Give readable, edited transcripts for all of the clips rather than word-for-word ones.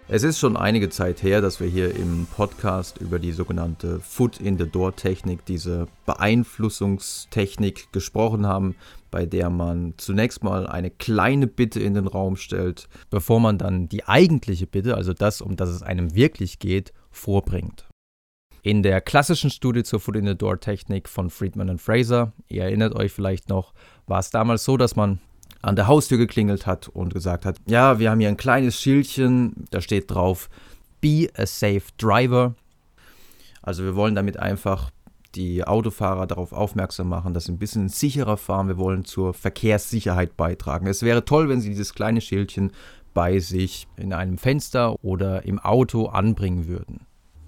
Es ist schon einige Zeit her, dass wir hier im Podcast über die sogenannte Foot-in-the-Door-Technik, diese Beeinflussungstechnik gesprochen haben, bei der man zunächst mal eine kleine Bitte in den Raum stellt, bevor man dann die eigentliche Bitte, also das, um das es einem wirklich geht, vorbringt. In der klassischen Studie zur Foot-in-the-Door-Technik von Friedman und Fraser, ihr erinnert euch vielleicht noch, war es damals so, dass man an der Haustür geklingelt hat und gesagt hat, ja, wir haben hier ein kleines Schildchen, da steht drauf, be a safe driver. Also wir wollen damit einfach die Autofahrer darauf aufmerksam machen, dass sie ein bisschen sicherer fahren. Wir wollen zur Verkehrssicherheit beitragen. Es wäre toll, wenn sie dieses kleine Schildchen bei sich in einem Fenster oder im Auto anbringen würden.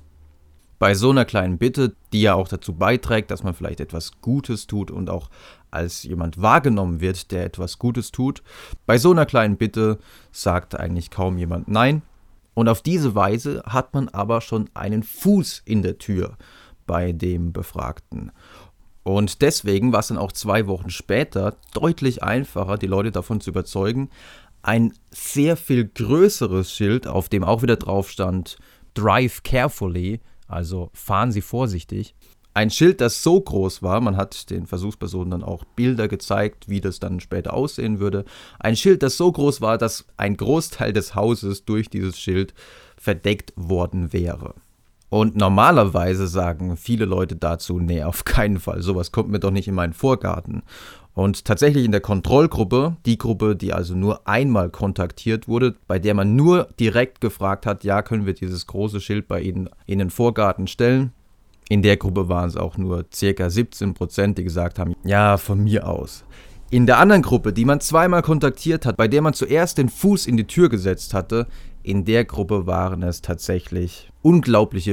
Bei so einer kleinen Bitte, die ja auch dazu beiträgt, dass man vielleicht etwas Gutes tut und auch als jemand wahrgenommen wird, der etwas Gutes tut, bei so einer kleinen Bitte sagt eigentlich kaum jemand Nein. Und auf diese Weise hat man aber schon einen Fuß in der Tür bei dem Befragten. Und deswegen war es dann auch 2 Wochen später deutlich einfacher, die Leute davon zu überzeugen, ein sehr viel größeres Schild, auf dem auch wieder drauf stand, Drive carefully, also fahren Sie vorsichtig. Ein Schild, das so groß war, man hat den Versuchspersonen dann auch Bilder gezeigt, wie das dann später aussehen würde. Ein Schild, das so groß war, dass ein Großteil des Hauses durch dieses Schild verdeckt worden wäre. Und normalerweise sagen viele Leute dazu, nee, auf keinen Fall, sowas kommt mir doch nicht in meinen Vorgarten. Und tatsächlich in der Kontrollgruppe, die Gruppe, die also nur einmal kontaktiert wurde, bei der man nur direkt gefragt hat, ja, können wir dieses große Schild bei Ihnen in den Vorgarten stellen? In der Gruppe waren es auch nur ca. 17%, die gesagt haben, ja, von mir aus. In der anderen Gruppe, die man 2-mal kontaktiert hat, bei der man zuerst den Fuß in die Tür gesetzt hatte, in der Gruppe waren es tatsächlich unglaubliche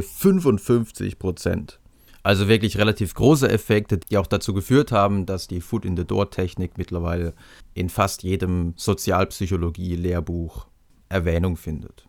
55%. Also wirklich relativ große Effekte, die auch dazu geführt haben, dass die Foot-in-the-Door-Technik mittlerweile in fast jedem Sozialpsychologie-Lehrbuch Erwähnung findet.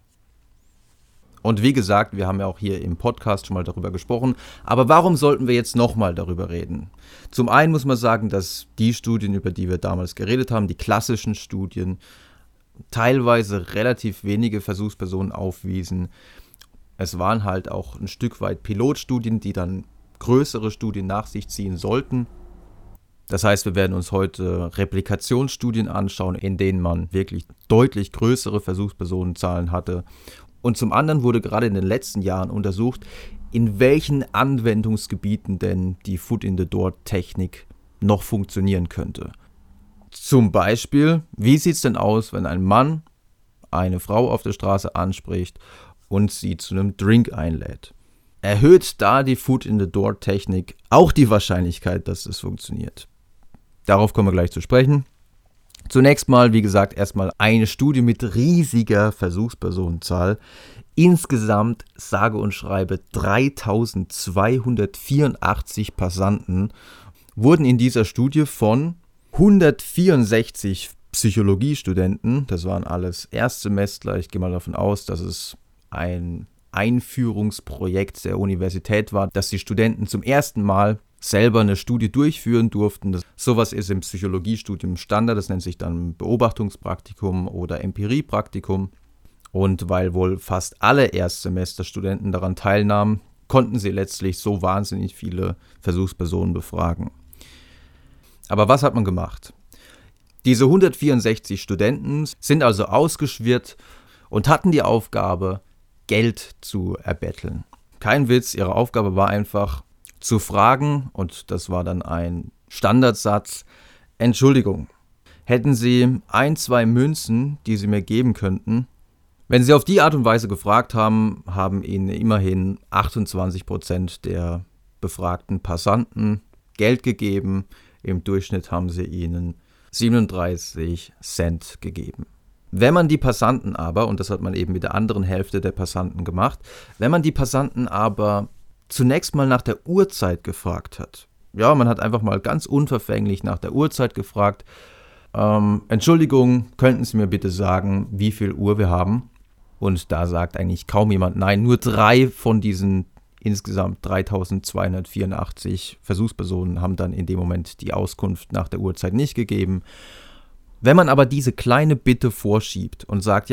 Und wie gesagt, wir haben ja auch hier im Podcast schon mal darüber gesprochen, aber warum sollten wir jetzt nochmal darüber reden? Zum einen muss man sagen, dass die Studien, über die wir damals geredet haben, die klassischen Studien, teilweise relativ wenige Versuchspersonen aufwiesen. Es waren halt auch ein Stück weit Pilotstudien, die dann größere Studien nach sich ziehen sollten. Das heißt, wir werden uns heute Replikationsstudien anschauen, in denen man wirklich deutlich größere Versuchspersonenzahlen hatte. Und zum anderen wurde gerade in den letzten Jahren untersucht, in welchen Anwendungsgebieten denn die Foot-in-the-Door-Technik noch funktionieren könnte. Zum Beispiel, wie sieht es denn aus, wenn ein Mann eine Frau auf der Straße anspricht und sie zu einem Drink einlädt? Erhöht da die Foot-in-the-Door-Technik auch die Wahrscheinlichkeit, dass es funktioniert? Darauf kommen wir gleich zu sprechen. Zunächst mal, wie gesagt, erstmal eine Studie mit riesiger Versuchspersonenzahl. Insgesamt, sage und schreibe, 3284 Passanten wurden in dieser Studie von 164 Psychologiestudenten, das waren alles Erstsemestler, ich gehe mal davon aus, dass es ein Einführungsprojekt der Universität war, dass die Studenten zum ersten Mal selber eine Studie durchführen durften. Sowas ist im Psychologiestudium Standard, das nennt sich dann Beobachtungspraktikum oder Empiriepraktikum. Und weil wohl fast alle Erstsemesterstudenten daran teilnahmen, konnten sie letztlich so wahnsinnig viele Versuchspersonen befragen. Aber was hat man gemacht? Diese 164 Studenten sind also ausgeschwirrt und hatten die Aufgabe, Geld zu erbetteln. Kein Witz, ihre Aufgabe war einfach zu fragen, und das war dann ein Standardsatz: Entschuldigung, hätten Sie 1, 2 Münzen, die Sie mir geben könnten? Wenn Sie auf die Art und Weise gefragt haben, haben Ihnen immerhin 28% der befragten Passanten Geld gegeben. Im Durchschnitt haben sie ihnen 37 Cent gegeben. Wenn man die Passanten aber, und das hat man eben mit der anderen Hälfte der Passanten gemacht, wenn man die Passanten aber zunächst mal nach der Uhrzeit gefragt hat, ja, man hat einfach mal ganz unverfänglich nach der Uhrzeit gefragt, Entschuldigung, könnten Sie mir bitte sagen, wie viel Uhr wir haben? Und da sagt eigentlich kaum jemand nein, nur 3 von diesen insgesamt 3284 Versuchspersonen haben dann in dem Moment die Auskunft nach der Uhrzeit nicht gegeben. Wenn man aber diese kleine Bitte vorschiebt und sagt, ja,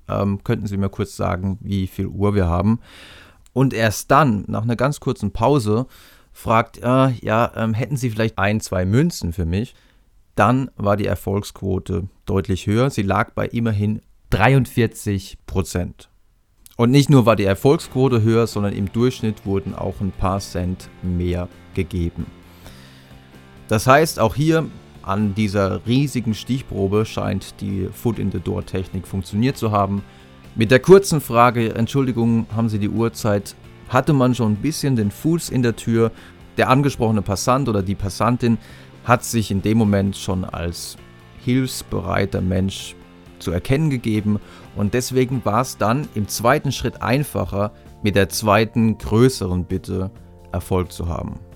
könnten Sie mir kurz sagen, wie viel Uhr wir haben? Und erst dann, nach einer ganz kurzen Pause, fragt, hätten Sie vielleicht 1, 2 Münzen für mich? Dann war die Erfolgsquote deutlich höher. Sie lag bei immerhin 43%. Und nicht nur war die Erfolgsquote höher, sondern im Durchschnitt wurden auch ein paar Cent mehr gegeben. Das heißt, auch hier an dieser riesigen Stichprobe scheint die Foot-in-the-Door-Technik funktioniert zu haben. Mit der kurzen Frage, Entschuldigung, haben Sie die Uhrzeit, hatte man schon ein bisschen den Fuß in der Tür. Der angesprochene Passant oder die Passantin hat sich in dem Moment schon als hilfsbereiter Mensch zu erkennen gegeben und deswegen war es dann im zweiten Schritt einfacher, mit der zweiten größeren Bitte Erfolg zu haben.